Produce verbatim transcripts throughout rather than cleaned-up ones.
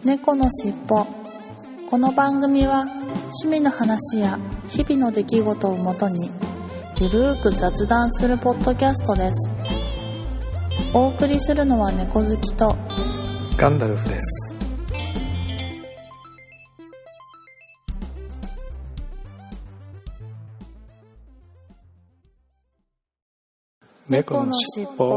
猫のしっぽ。この番組は趣味の話や日々の出来事をもとにゆるーく雑談するポッドキャストです。お送りするのは猫好きとガンダルフです。 猫のしっぽ。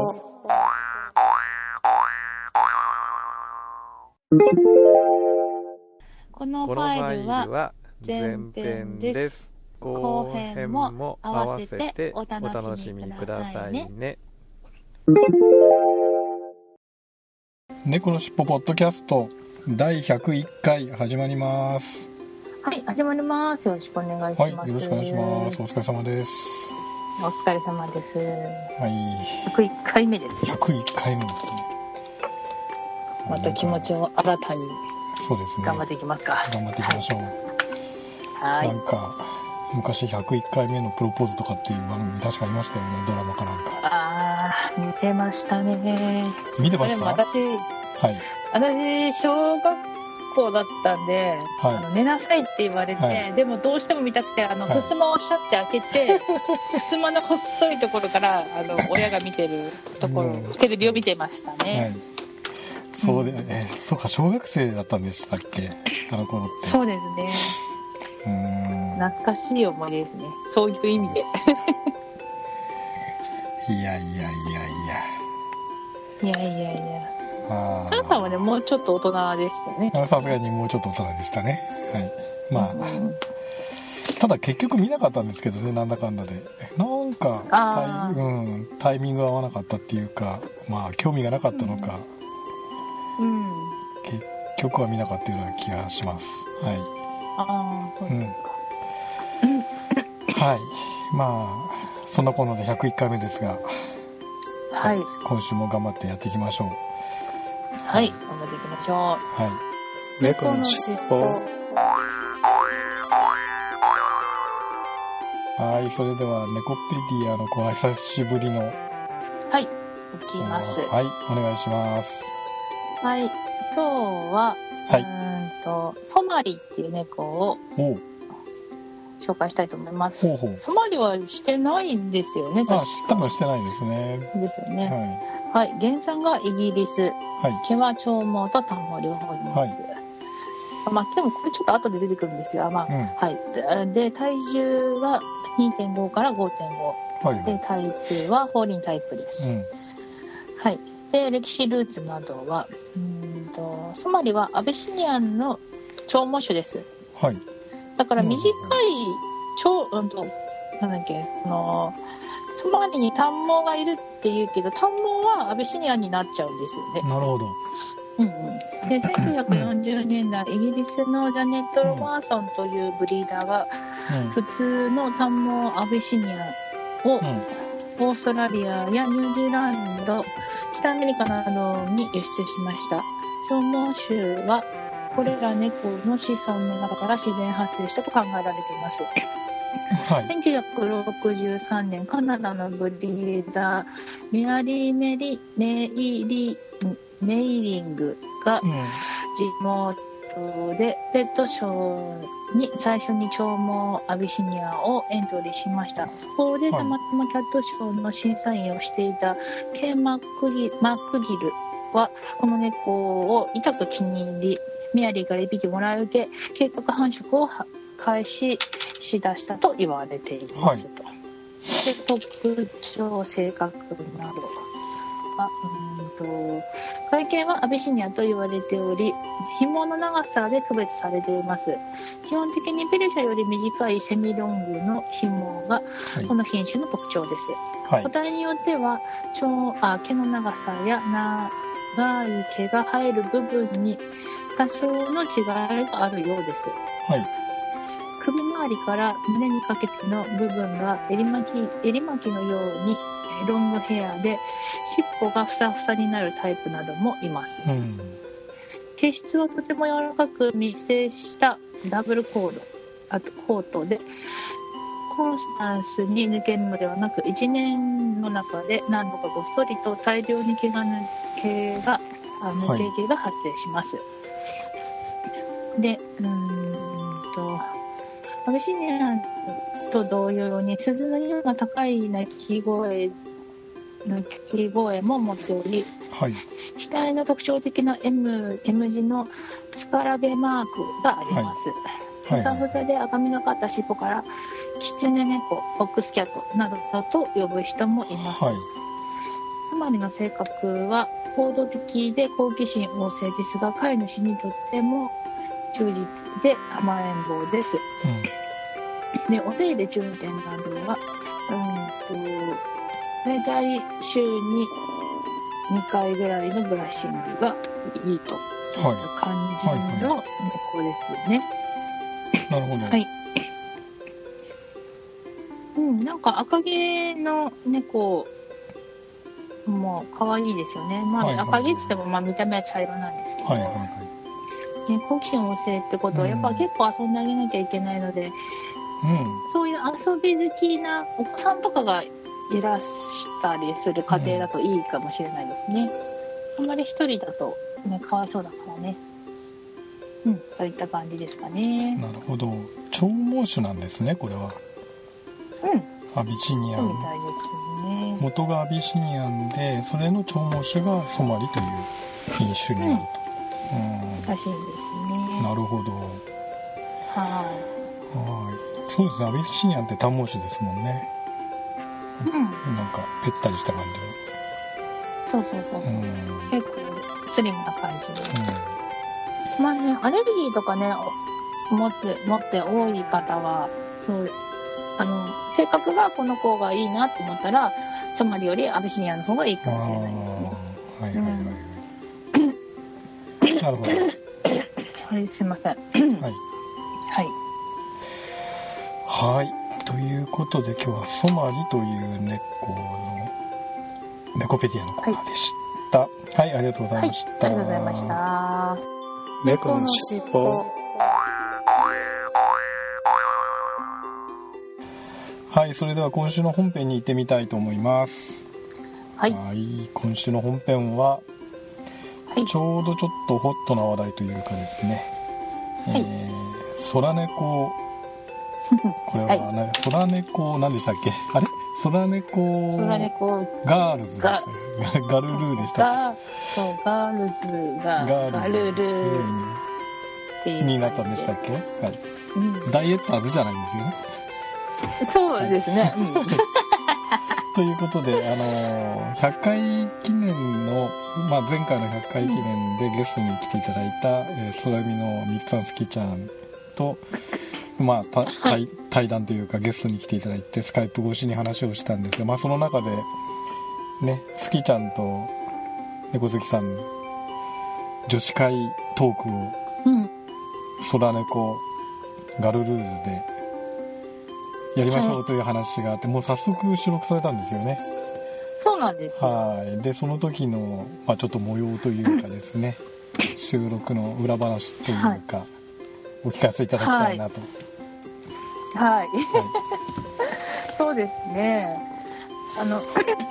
このファイルは前編です。後編も合わせてお楽しみくださいね。 猫のしっぽポッドキャストだいひゃくいっかい始まります。 はい、始まります。よろしくお願いします。 はい、よろしくお願いします。お疲れ様です。 お疲れ様です。 はい。 ひゃくいっかいめです。 ひゃくいっかいめですね。 また気持ちを新たにそうですね。 頑張っていきますか。 頑張っていきましょう。 はい。 なんか昔ひゃくいっかいめのプロポーズとかっていう番組確かありましたよね、ドラマかなんか。 ああ、見てましたね。 見てました。 でも私、 はい。 私小学校だったんで、はい、あの寝なさいって言われて、はい、でもどうしても見たくて、あの、はい、襖をシャッて開けて、襖の細いところからあの親が見てるところ、うん、テレビを見てましたね。はい、 そうで、えー、そうか、小学生だったんでしたっけ、あの頃って。 そうですね。うーん、懐かしい思い出ですね。そういう意味で。 いやいやいやいや。 いやいやいや。母さんはね、もうちょっと大人でしたね。 さすがにもうちょっと大人でしたね。はい。まあ、うん、ただ結局見なかったんですけどね、なんだかんだで。なんかタイ、うん、タイミングが合わなかったっていうか、まあ興味がなかったのか、うん、結局は見なかったような気がします。はい。 ああ、そうですか。 うん、はい。まあそんなこんなでひゃくいっかいめですが、 はい。 今週も頑張ってやっていきましょう。 はい、頑張っていきましょう。 はい。猫のしっぽ。はい、それでは猫ペディアの子は久しぶりの。 はい、いきます。 はい、お願いします。 はい、今日は、はい、うーんとソマリっていう猫を紹介したいと思います。ほうほう。ソマリはしてないんですよね。 あ、多分してないですね。 ですよね。はい、はい、原産がイギリス。はい、毛は長毛と短毛両方います。はい、まあ、でもこれちょっと後で出てくるんですが、まあ、うん、はい。で、体重が にてんご から ごてんご、はいはい、で、タイプはフォーリンタイプです。うん、はい。で、歴史ルーツなどは、うんとソマリはアベシニアンの長毛種です。はい。だから短い長、うんと、なんだっけ、あのソマリに短毛がいるっていうけど、短毛はアベシニアンになっちゃうんですよね。 なるほど。 うんうん、でせんきゅうひゃくよんじゅうねんだい、イギリスのジャネット・ロバーソンというブリーダーが、うん、普通の短毛アベシニアンを、うん、オーストラリアやニュージーランド、北アメリカなどに輸出しました。長毛種はこれら猫の子孫の中から自然発生したと考えられています。はい、せんきゅうひゃくろくじゅうさんねん、カナダのブリーダーメアリー・メリメイリメイリングが地元でペットショーに最初に長毛アビシニアをエントリーしました。そこでたまたまキャットショーの審査員をしていたケイ・マックギ、マックギルはこの猫を痛く気に入り、メアリーからいっぴきもらい受け、計画繁殖を開始しだしたと言われていますと。はい、で特徴、性格などは、うんと外見はアビシニアと言われており、紐の長さで区別されています。基本的にペルシャより短いセミロングの紐がこの品種の特徴です。はい、個体によってはあ毛の長さや長い毛が生える部分に多少の違いがあるようです。はい、首周りから胸にかけての部分が襟巻き、襟巻きのようにロングヘアで尻尾がふさふさになるタイプなどもいます。うん、毛質はとても柔らかく密生したダブルコード、あとコートでコンスタンスに抜けるのではなく、いちねんの中で何度かごっそりと大量に毛が抜けが抜け毛が発生します。 で、うーんと、アビシニアンと同様に鈴のような高い鳴き声鳴き声も持っており、 はい、 額の特徴的な M, M 字のスカラベマークがあります。ふさふさで赤みがかった尻尾からキツネ猫、フォックスキャットなどと呼ぶ人もいます。はい、つまりの性格は行動的で好奇心旺盛ですが、飼い主にとっても忠実で甘えん坊です。うん、で、お手入れ注意点などは、うんと、だいたい週ににかいぐらいのブラッシングがいいという感じの猫ですね。 なるほど。 はい。うん、なんか赤毛の猫も可愛いですよね。まあ、はいはいはい、赤毛って言ってもまあ見た目は茶色なんですけど、はいはいはい、ね、好奇心旺盛ってことはやっぱ結構遊んであげなきゃいけないので、うん、そういう遊び好きなお子さんとかがいらしたりする家庭だといいかもしれないですね。うん、あんまり一人だと、ね、かわいそうだからね。うん、そういった感じですかね。 なるほど。長毛種なんですね、これは。 うん。 アビシニアン。 みたいですね。 元がアビシニアンで、それの長毛種がソマリという品種になると。 うん。うん、らしいですね。 なるほど。 はい。 はい。そうですね、アビシニアンって短毛種ですもんね。 うん。 なんかぺったりした感じの。 そうそうそうそう。うん、結構スリムな感じで。 うん、 まあね、アレルギーとかね、持つ、持って多い方は、そう、あの、性格がこの子がいいなと思ったら、ソマリよりアビシニアの方がいいかもしれないですね。 はいはいはい。うん、なるほど。 はい、すいません。はい。はい。 はい。ということで、今日はソマリという猫の、猫ペディアのコーナーでした。はい、はい、ありがとうございました。 はい、ありがとうございました。 猫のしっぽ。はい、それでは今週の本編に行ってみたいと思います。 はい。 はい、今週の本編は、はい、ちょうどちょっとホットな話題というかですね、はい、えー、空猫、これは、ね、はい、空猫何でしたっけ？あれ？空猫空猫ガールズでしたね。ガルルーでしたっけ？そう、ガールズがガルルーになったんでしたっけ？はい。うん、ダイエッターズじゃないんですよね。 そうですね。うん、 ということで、あのー、ひゃっかい記念の、まあ、前回のひゃっかい記念でゲストに来ていただいた、えー、空見のみっつあんすきちゃんと、まあ、た対対談というかゲストに来ていただいてスカイプ越しに話をしたんですが、まあ、その中でね、すきちゃんと猫好きさん女子会トークを、うん、空猫ガルルーズでやりましょうという話があって、はい、もう早速収録されたんですよね。 そうなんですよ。 はい。でその時の、まあ、ちょっと模様というかですね、うん、収録の裏話というか、はい、お聞かせいただきたいなと。 はい、はいはい、そうですね。あの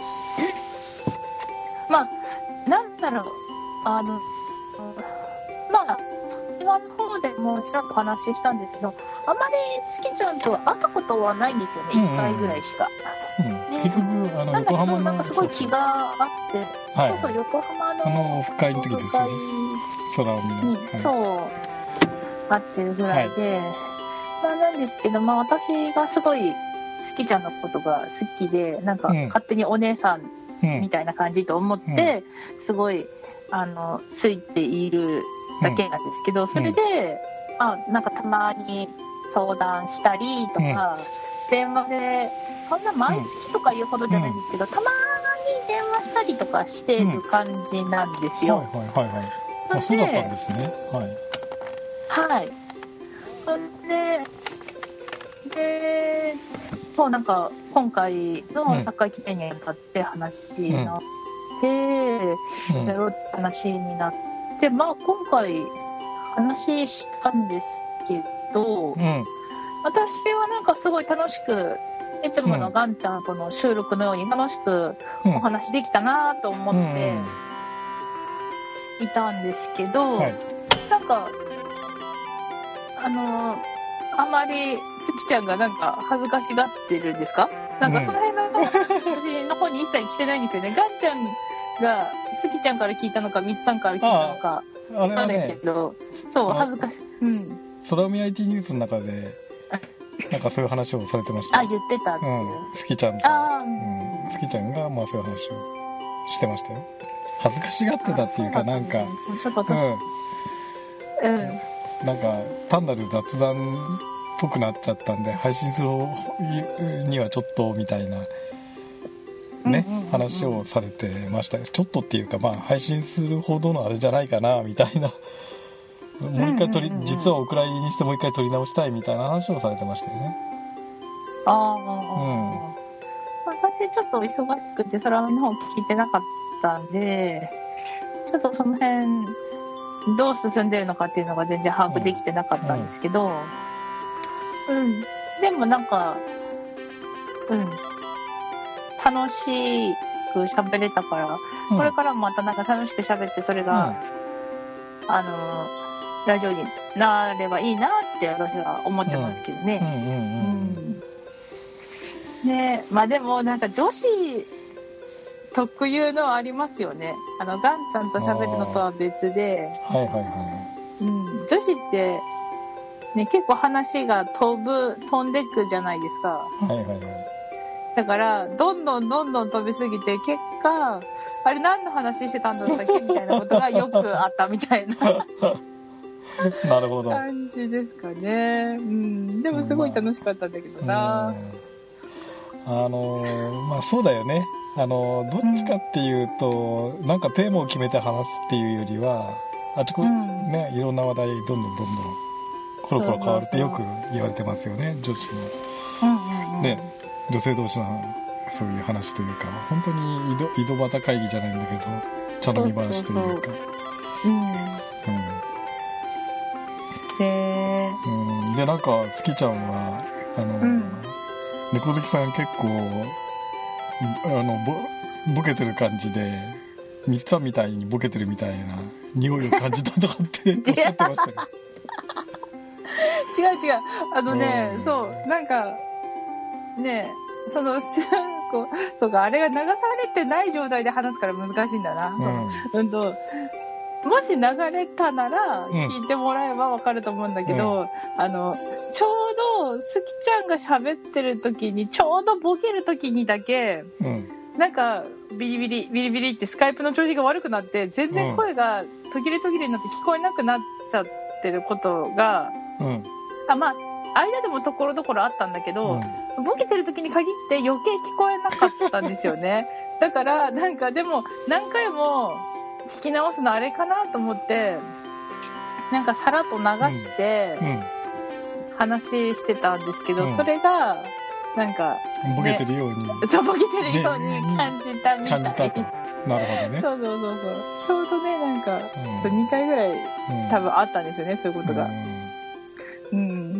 まあなんだろう、あのまあそちらの方でもちらっと話したんですけど、あまりすきちゃんと会ったことはないんですよね。いっかいぐらいしか。 うんうんね、結局あのなんだけどなんかすごい気があって、 はい、 そうそう横浜のあのオフ会の時ですよね。空を見に、はい、そう会ってるぐらいで、はい、まあなんですけど、まあ私がすごいすきちゃんのことが好きで、なんか勝手にお姉さんみたいな感じと思って、うん、すごいあのついているだけなんですけど、うん、それで、まあなんかたまに相談したりとか、うん、電話でそんな毎月とかいうほどじゃないんですけど、うん、たまに電話したりとかしてる感じなんですよ。 うん、はいはいはいはい。あ、そうだったんですね。はい。 はい。それで、で、もうなんか今回のひゃっかい記念に向かって話になって、うん、やろうって話になって、まあ今回話したんですけど、うん、私はなんかすごい楽しく、いつものガンちゃんとの収録のように楽しくお話できたなと思っていたんですけど、うんはい、なんかあのあまりスキちゃんがなんか恥ずかしがってるんですか？なんかその辺の私の方に一切来てないんですよね。ガンちゃんがスキちゃんから聞いたのかミッツさんから聞いたのかわかんないけど、そう恥ずかしい。うん。 空海 アイティー ニュースの中でなんかそういう話をされてました。 あ、言ってたっていう。 うん、スキちゃんと、あ、うん、スキちゃんがまあそういう話をしてましたよ。恥ずかしがってたっていうか、なんかちょっとうん、 うん、なんか単なる雑談っぽくなっちゃったんで配信するにはちょっとみたいなね、うんうんうんうん、話をされてました。ちょっとっていうか、まあ配信するほどのあれじゃないかなみたいな、もう一回取り、うんうんうん、実はお蔵入りにしてもう一回取り直したいみたいな話をされてましたよね。 ああ、うん、私ちょっと忙しくて空海の方聞いてなかったんで、ちょっとその辺どう進んでるのかっていうのが全然把握できてなかったんですけど、うんうん、でもなんか、うん、楽しく喋れたから、うん、これからもまたなんか楽しく喋って、それが、うん、あのラジオになればいいなって私は思ってますけどね。ね、まあでもなんか女子特有のありますよね。あのガンちゃんと喋るのとは別で、 はいはいはい、 うん、女子ってね結構話が飛ぶ飛んでくじゃないですか。 はいはいはい。 だからどんどんどんどん飛びすぎて、結果あれ何の話してたんだったっけみたいなことがよくあったみたいななるほど感じですかね。うん、でもすごい楽しかったんだけどな。 まあ、あのー、まあそうだよね。あのー、どっちかっていうと、うん、なんかテーマを決めて話すっていうよりは、あちこち、うん、ね、いろんな話題どんどんどんどんコロコロ変わるってよく言われてますよね、女子の、うんうんうん、ね、女性同士のそういう話というか、本当に井戸、井戸端会議じゃないんだけど、茶飲み話というか、うん、うん、 で、 うん、でなんかスキちゃんはあの、うん、猫好きさん結構あの ボ, ボケてる感じでみっつぁんみたいにボケてるみたいな匂いを感じたとかっておっしゃってましたけど違う違う、あのね、うん、そうなんかね、そのこうそうか、あれが流されてない状態で話すから難しいんだな、うん、うんともし流れたなら聞いてもらえば分かると思うんだけど、うん、あのちょうどスキちゃんが喋ってる時にちょうどボケる時にだけ、うん、なんかビリビリビリビリってスカイプの調子が悪くなって全然声が途切れ途切れになって聞こえなくなっちゃってることが、うん、あまあ間でもところどころあったんだけど、うん、ボケてる時に限って余計聞こえなかったんですよねだからなんかでも何回も聞き直すのあれかなと思ってなんかさらっと流して話してたんですけど、うんうん、それがなんか、 ね、ボケてるようにそうボケてるように感じたみたい、ね、感じたと。 なるほどね。 そうそうそうそう、ちょうどねなんか、うん、にかいぐらい、うん、多分あったんですよね、そういうことが、うん、うん、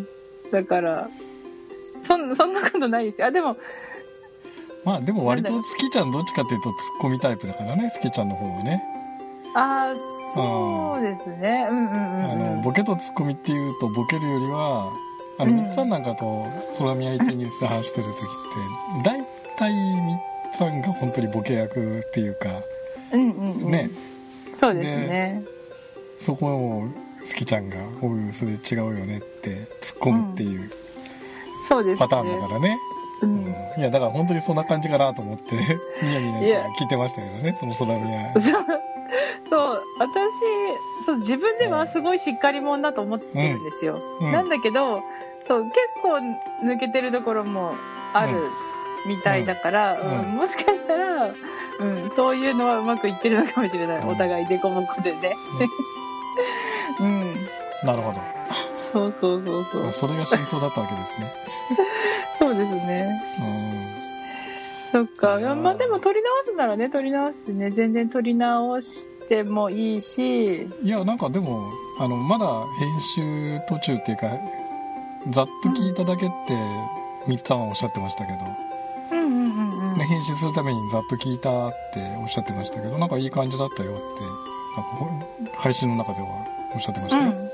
だからそんそんなことないですよ。あでもまあでも割とスキちゃんどっちかっていうとツッコミタイプだからね、スキちゃんの方はね。 ああそうですね、うんうんうん、うん、 あのボケとツッコミっていうとボケるよりはあのミッツさんなんかと空見相手に話してる時って大体ミッツさんが本当にボケ役っていうか、 うんうんうん、ね、そうですね。 そこをスキちゃんがおうそれ違うよねって突っ込むっていう、うん、 そうですね、 パターンだからね。うん、いやだから本当にそんな感じかなと思ってニヤニヤ聞いてましたけどね、その空見やそう私そう自分ではすごいしっかり者だと思ってるんですよ、うんうん、なんだけどそう結構抜けてるところもあるみたいだから、うんうん、もしかしたら、うん、そういうのはうまくいってるのかもしれない、うん、お互いデコボコでね、うんうん、 なるほど。 そうそうそうそう、 それが真相だったわけですねそうですね、うん、そっか。いやまあでも撮り直すならね撮り直してね全然撮り直してもいいし、 いやなんかでもあのまだ編集途中っていうかざっと聞いただけってミッツさんはおっしゃってましたけど、 うんうんうんうん、 で編集するためにざっと聞いたっておっしゃってましたけど、なんかいい感じだったよってなんか配信の中ではおっしゃってましたよ、うん、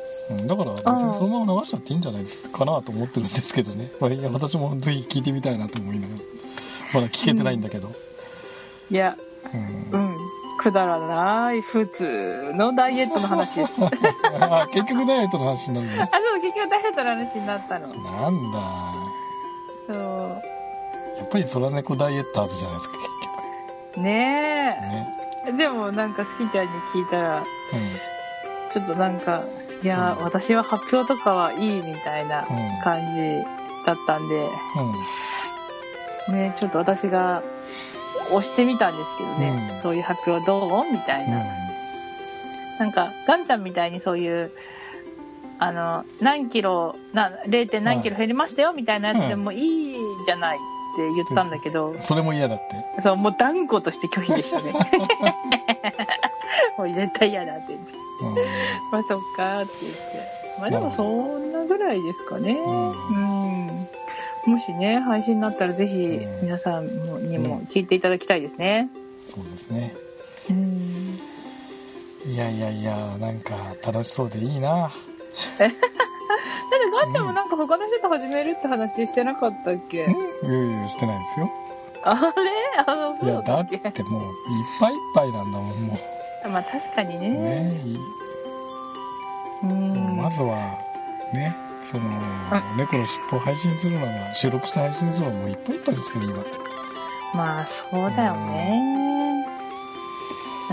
うん、だから別にそのまま流しちゃっていいんじゃないかなと思ってるんですけどね。いや私もぜひ聞いてみたいなと思いながらまだ聞けてないんだけど、うん、 いや、うん、うん、くだらない普通のダイエットの話ですあ、結局ダイエットの話になるの。 あ、そう結局ダイエットの話になったの。 なんだ、 そうやっぱり空猫ダイエッターズじゃないですか結局ねえ、ね、でもなんかスキちゃんに聞いたら、うん、ちょっとなんかいや、うん、私は発表とかはいいみたいな感じだったんで、うん、ね、ちょっと私が押してみたんですけどね、うん、そういう発表どうみたいな、うん、なんかガンちゃんみたいにそういうあの何キロな ゼロ. 点何キロ減りましたよみたいなやつでもいいじゃないって言ったんだけど、うん、 それも嫌だって。 そう、もう断固として拒否でしたねもう絶対嫌だって言って、うん、まあそっかって言って、まあでもそんなぐらいですかね、うん、うん、もしね配信になったらぜひ皆さんもにも聞いていただきたいですね、 うん、そうですね、 うん、 いやいやいや、なんか楽しそうでいいなだってガンちゃんもなんか他の人と始めるって話してなかったっけ？ うん、いやいやしてないですよ。 あれあのいやだってもういっぱいいっぱいなんだもんもう。まあ確かにね。 ねえ、うん、まずはね、その猫の尻尾を配信するのが収録して配信するのもいっぱいいっぱいですから今って。 まあそうだよね。うん。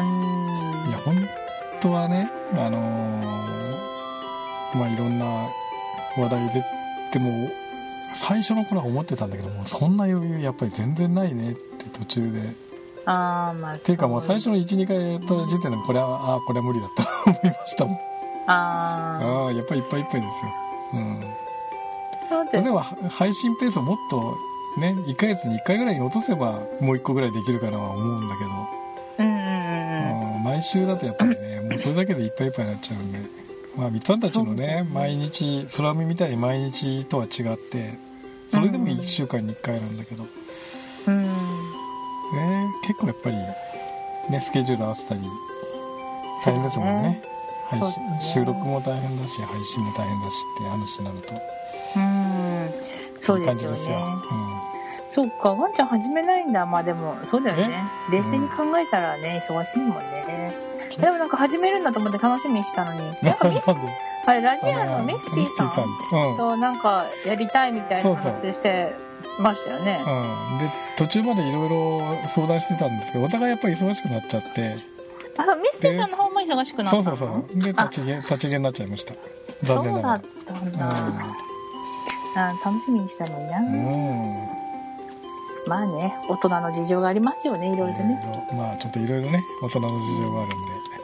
いや本当はね、あのー。まあいろんな話題ででも最初の頃は思ってたんだけども、そんな余裕やっぱり全然ないねって途中で。 ああ、まあっていうかもう最初の いち,に 回やった時点でこれはあこれは無理だったと思いましたもん。 あああ、やっぱりいっぱいいっぱいですよ。うん。 そうです。 例えば配信ペースをもっとねいっかげつにいっかいぐらいに落とせばもういっこぐらいできるかなは思うんだけど。 うんうんうんうん。毎週だとやっぱりねもうそれだけでいっぱいいっぱいになっちゃうんで。まあ、みっつぁんたちのね毎日空見みたいに毎日とは違ってそれでもいっしゅうかんにいっかいなんだけど、 うんね、結構やっぱり、ね、スケジュール合わせたり大変ですもん ね, ね, 配信ね収録も大変だし配信も大変だしって話になるとうんそうですよね。いい感じですよ、うん、そうかワンちゃん始めないんだ。まあでもそうだよね、冷静に考えたらね、うん、忙しいもんね。でもなんか始めるんだと思って楽しみにしたのに、なんかミスあれラジアのミスティさんとなんかやりたいみたいな話してましたよね。 うん、で途中までいろいろ相談してたんですけどお互いやっぱり忙しくなっちゃって、 あミスティさんの方も忙しくなったの。 そうそうそうで立ち消え立ち消えになっちゃいました。残念ながら。 そうだったんだ、うん、あ楽しみにしたのにな、うんまあね、大人の事情がありますよね、いろいろね。 いろいろまあちょっといろいろね、大人の事情があるんで、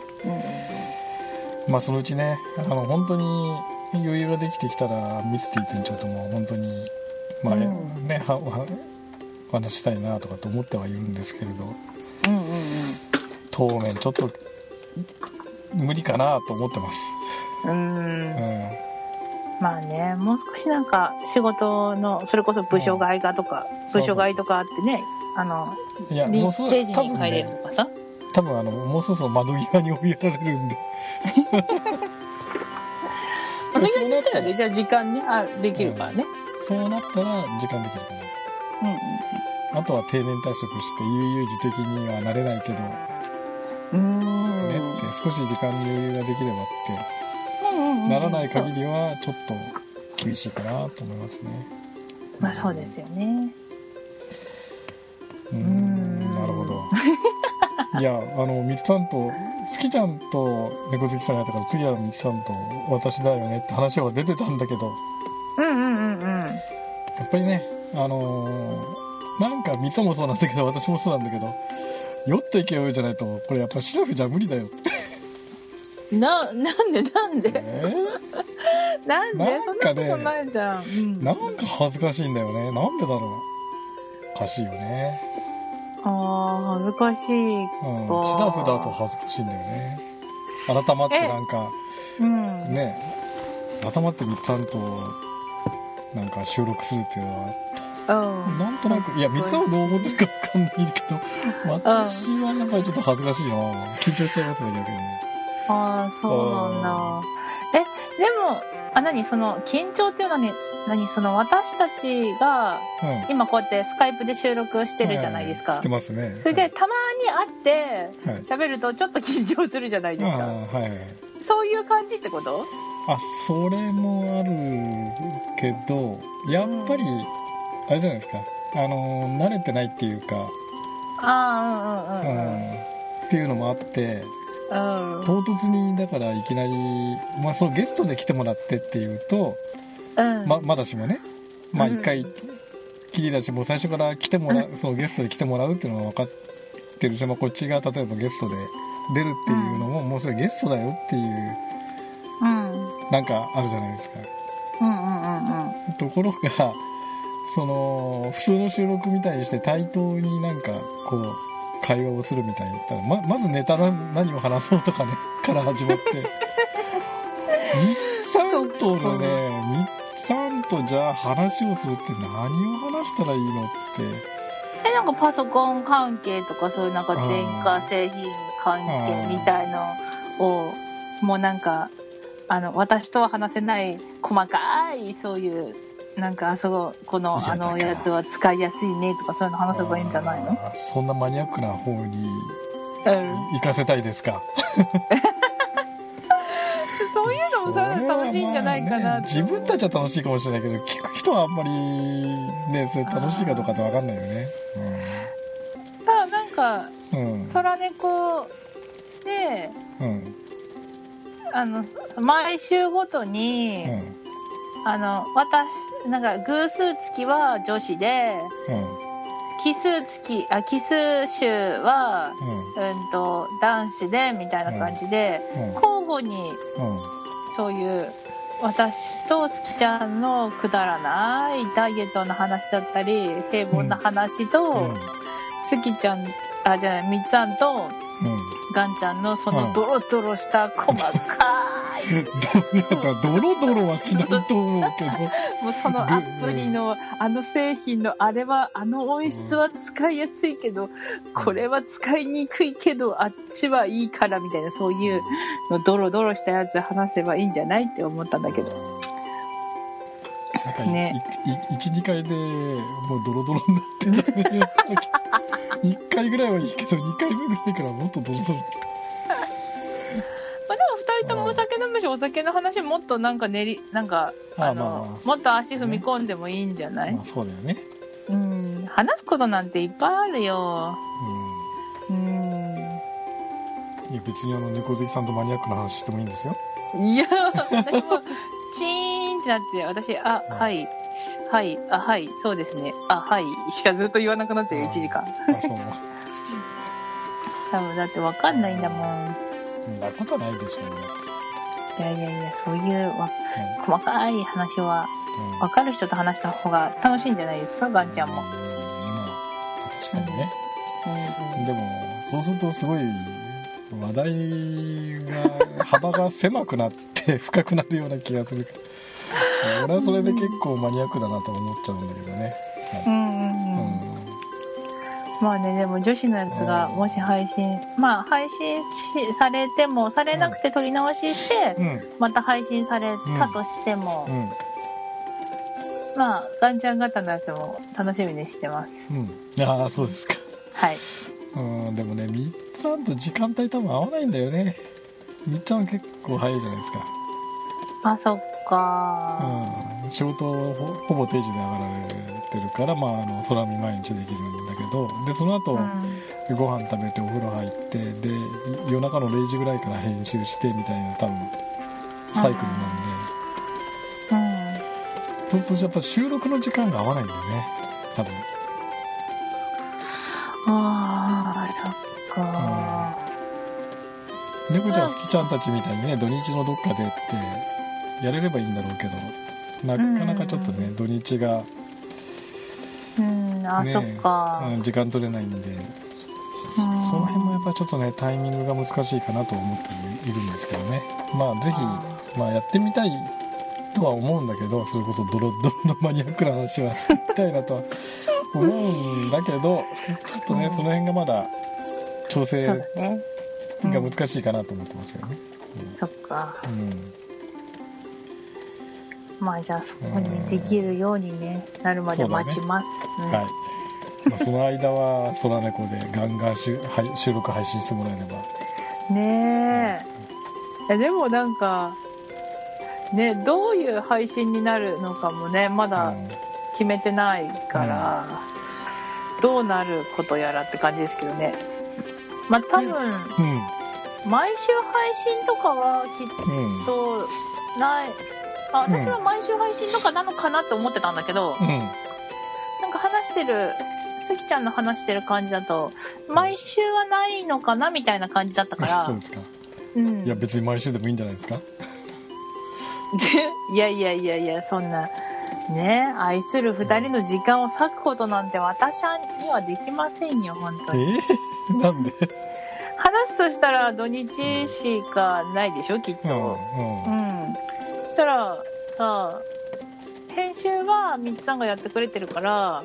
うん、まあそのうちね、あの本当に余裕ができてきたらミスティ店長とも本当にまあ、うん、ねははお話したいなとかと思ってはいるんですけれど、 うんうんうん、 当面ちょっと無理かなと思ってます。 うーん、うんまあね、もう少しなんか仕事のそれこそ部署外がとか、うん、部署外とかあってね、あのいやもうそう定時に帰れるとかさ、 多分あのもうそろそろ窓際に追いやられるんで窓際に行ったらね、じゃあ時間ねあできるからね、 うん、そうなったら時間できるから、うんうんうん、あとは定年退職して悠々自適にはなれないけどうーんねって少し時間に余裕ができればってならない限りはちょっと厳しいかなと思いますね。 まあそうですよね。 うーんなるほど。いやあのみっつぁんと好きちゃんと猫好きさんがやったから次はみっつぁんと私だよねって話は出てたんだけど、 うんうんうんうん。やっぱりねあのー、なんかみっつぁんもそうなんだけど私もそうなんだけど酔っていけようじゃないとこれやっぱシラフじゃ無理だよって。 な、なんでなんで、えー、なんでなんか、ね、 そんなことないじゃん、うん、 なんか恥ずかしいんだよね。なんでだろう。おかしいよね。 ああ恥ずかしいか、 うん、シラフだと恥ずかしいんだよね。改まってなんか、うん、ね改まってみっつぁんとなんか収録するっていうのは、うん、なんとなくいやみっつぁんはどう思ってるか分かんないけど私はやっぱりちょっと恥ずかしいな。緊張しちゃいますね逆にね。 ああそうなんだ。えもあ何その緊張っていうのに何その私たちが今こうやってスカイプで収録してるじゃないですか、 してますね。 それでたまに会って喋るとちょっと緊張するじゃないですか、はい、そういう感じってこと？ あ、それもあるけどやっぱりあれじゃないですか、あの慣れてないっていうか、 あーうんうんうん、うん、 っていうのもあって、 うん、 唐突にだからいきなり、まあ、そのゲストで来てもらってっていうと、うん、ま, まだしもね、まあ一回きりだし、もう最初から来てもらう、そのゲストで来てもらうっていうのは分かってるし、まあ、こっちが例えばゲストで出るっていうのも、うん、もうそれゲストだよっていう、うん、なんかあるじゃないですか、 うんうんうんうん、 ところがその普通の収録みたいにして対等になんかこう会話をするみたいに言ったら ま, まずネタの何を話そうとかねから始まってみっさんとのねみっさんとじゃあ話をするって何を話したらいいのって、 えなんかパソコン関係とかそういうなんか電化製品関係みたいのをもうなんかあの私とは話せない細かいそういうなんかあそこのあのやつは使いやすいねとかそういうの話せばいいんじゃないの？ そんなマニアックな方に行かせたいですか？ そういうのも楽しいんじゃないかな、 ね、自分たちは楽しいかもしれないけど聞く人はあんまりねそれ楽しいかどうかって分かんないよね。 うん、ただなんか、うん、空猫で、うん、あの毎週ごとに、うんあの私なんか偶数月は女子で、うん、奇数月あ奇数週は、うんうん、と男子でみたいな感じで、うん、交互に、うん、そういう私とスキちゃんのくだらないダイエットの話だったり平凡な話と、うん、スキちゃんあじゃないみっつぁんと、うん、ガンちゃんのそのドロドロした細かいドロドロはしないと思うけどもうそのアプリのあの製品のあれはあの音質は使いやすいけど、うん、これは使いにくいけどあっちはいいからみたいなそういうのドロドロしたやつ話せばいいんじゃないって思ったんだけどなんかね、いち、にかいでもうドロドロになってたねいっかいぐらいはいいけどにかいめぐらいからもっとドロドロまあでもふたりともお酒飲むしお酒の話もっとなんか練りなんかあの、まあまあ、もっと足踏み込んでもいいんじゃない、 まあ、そうだよねうん話すことなんていっぱいあるようん、うん、 いや別にあの猫好きさんとマニアックな話してもいいんですよいや私もチーンってなって私あ、はい、はいはいあはいそうですねあはいしかずっと言わなくなっちゃうよいちじかんあそう多分だって分かんないんだもんそんなことないでしょうねいやいやいやそういうわ、うん、細かい話は、うん、分かる人と話した方が楽しいんじゃないですかガンちゃんも、うんまあ、確かにね、うんうん、でもそうするとすごい話題が幅が狭くなって深くなるような気がするそれはそれで結構マニアックだなと思っちゃうんだけどね、はい、うんうんうん、 うん、まあねでも女子のやつがもし配信まあ配信しされてもされなくて撮り直しして、うん、また配信されたとしても、うんうん、まあガンちゃん方のやつも楽しみにしてます、 うん、ああそうですかはいうんでもねみっつぁんと時間帯多分合わないんだよねみっちゃん結構早いじゃないですかあそっか、 うん、仕事を ほ, ほぼ定時で上がられてるから、まあ、あの空見毎日できるんだけどでその後、うん、ご飯食べてお風呂入ってで夜中のれいじぐらいから編集してみたいな多分サイクルなんで、うん、そうするとやっぱ収録の時間が合わないんだよね多分ああそっか、 うん、猫ちゃん好きちゃんたちみたいにね土日のどっかでってやれればいいんだろうけどなかなかちょっとね、うん、土日が、 うんあ、ね、そっか、 うん、時間取れないんで、うん、その辺もやっぱちょっとねタイミングが難しいかなと思っているんですけどねまあぜひ、まあ、やってみたいとは思うんだけどそれこそドロドロのマニアックな話はしてみたいなとは思うんだけどちょっとね、うん、その辺がまだ調整が難しいかなと思ってますよね、 うん、そっか、 うんまあじゃあそこにできるように、ね、なるまで待ちます。 うん、はい。まあ、その間は空猫でガンガン収録配信してもらえれば。 ねえ。でもなんかね、どういう配信になるのかもねまだ決めてないから、うん、どうなることやらって感じですけどね。まあ多分、うん、毎週配信とかはきっとない、うん、あ私は毎週配信とかなのかなって思ってたんだけど、うん、なんか話してるすきちゃんの話してる感じだと毎週はないのかなみたいな感じだったから。 そうですか、うん、いや別に毎週でもいいんじゃないですか。 いやいやいやいやそんなね愛するふたりの時間を割くことなんて私にはできませんよ本当に。 えー、なんで話すとしたら土日しかないでしょきっと、うんうんうん、そしたらさ編集はみっつさんがやってくれてるから、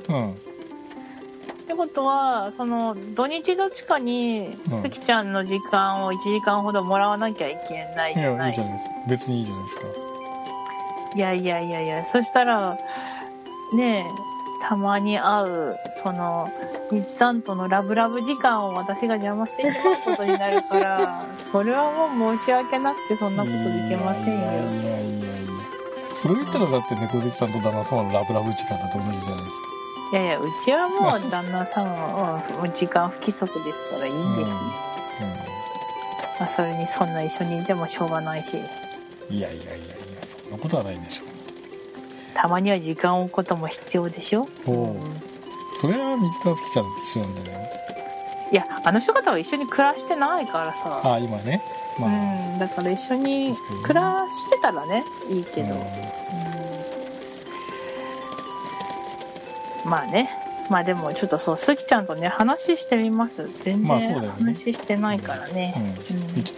うん、ってことはその土日どっちかにすきちゃんの時間をいちじかんほどもらわなきゃいけないじゃない。 いやいいじゃないですか別にいいじゃないですか。 いやいやいやいやそしたらねえたまに会うそのみっつさんとのラブラブ時間を私が邪魔してしまうことになるからそれはもう申し訳なくてそんなことできませんよ。いやいやいやいやそれを言ったらだって猫関さんと旦那様のラブラブ時間だと同じじゃないですか。 いやいやうちはもう旦那様は時間不規則ですからいいんですね、うんうんまあ、それにそんな一緒にいてもしょうがないし。 いやいやいやいやそんなことはないでしょう。 たまには時間を置くことも必要でしょ。 お、うん、それは三田月ちゃんと一緒なんじゃないの。 いやあの人方は一緒に暮らしてないからさあ今ね、まあ、 うんだから一緒に暮らしてたらねいいけど、うんまあねまあでもちょっとそうすきちゃんとね話してみます。全然話してないからね、まあそうだよね、うんうん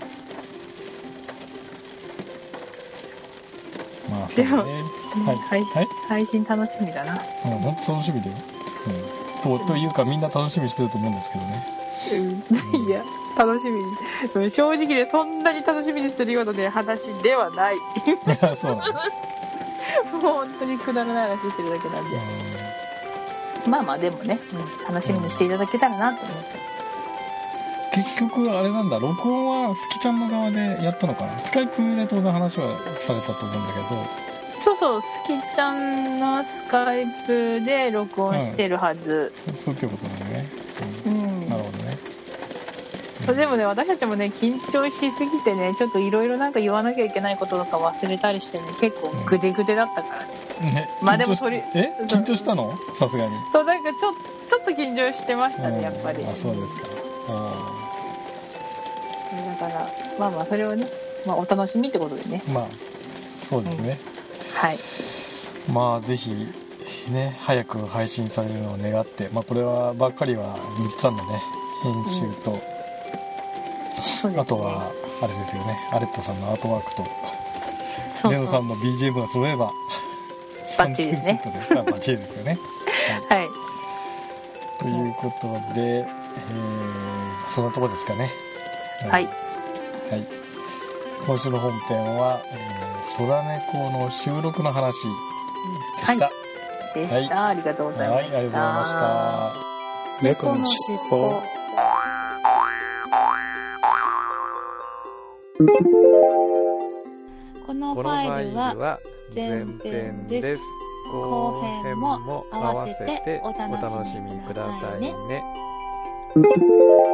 まあそうね、でも、はい、配信、はい、配信楽しみだな。うん本当楽しみだよ、うん、と, というかみんな楽しみにしてると思うんですけどね、 うん、いや楽しみ正直でそんなに楽しみにするような、ね、話ではないそうなのもう本当にくだらない話してるだけなんで、うん、まあまあでもね、うん、楽しみにしていただけたらなと思って、 うん、結局あれなんだ録音はすきちゃんの側でやったのかな。スカイプで当然話はされたと思うんだけど。 そうそうすきちゃんのスカイプで録音してるはず、 うん、そうっていうことだよね、うんうん、なるほどね、 うん、でもね私たちもね緊張しすぎてねちょっといろいろなんか言わなきゃいけないこととか忘れたりしてね結構グデグデだったからね、うんねまあでもそれえ緊張したのさすがに。 そうなんかちょちょっと緊張してましたね、うん、やっぱり。 あそうですか。あだからまあまあそれをね、まあ、お楽しみってことでね。 まあそうですね、 うん、はい。 まあぜひね早く配信されるのを願って、まあこれはばっかりはみっつさんのね編集と、うんそうですね、あとはあれですよねアレットさんのアートワークとそうそうレノさんの ビージーエム が揃えばバッチリですね。 バッチリですよね。 はい、はい、 ということで、えー、そんなとこですかね。 はい、 はい、今週の本編は、えー、空猫の収録の話でした。 はい、でした、はい、ありがとうございました。はい、ありがとうございました。 猫のしっぽ。 このファイルは前編です。後編も合わせてお楽しみくださいね。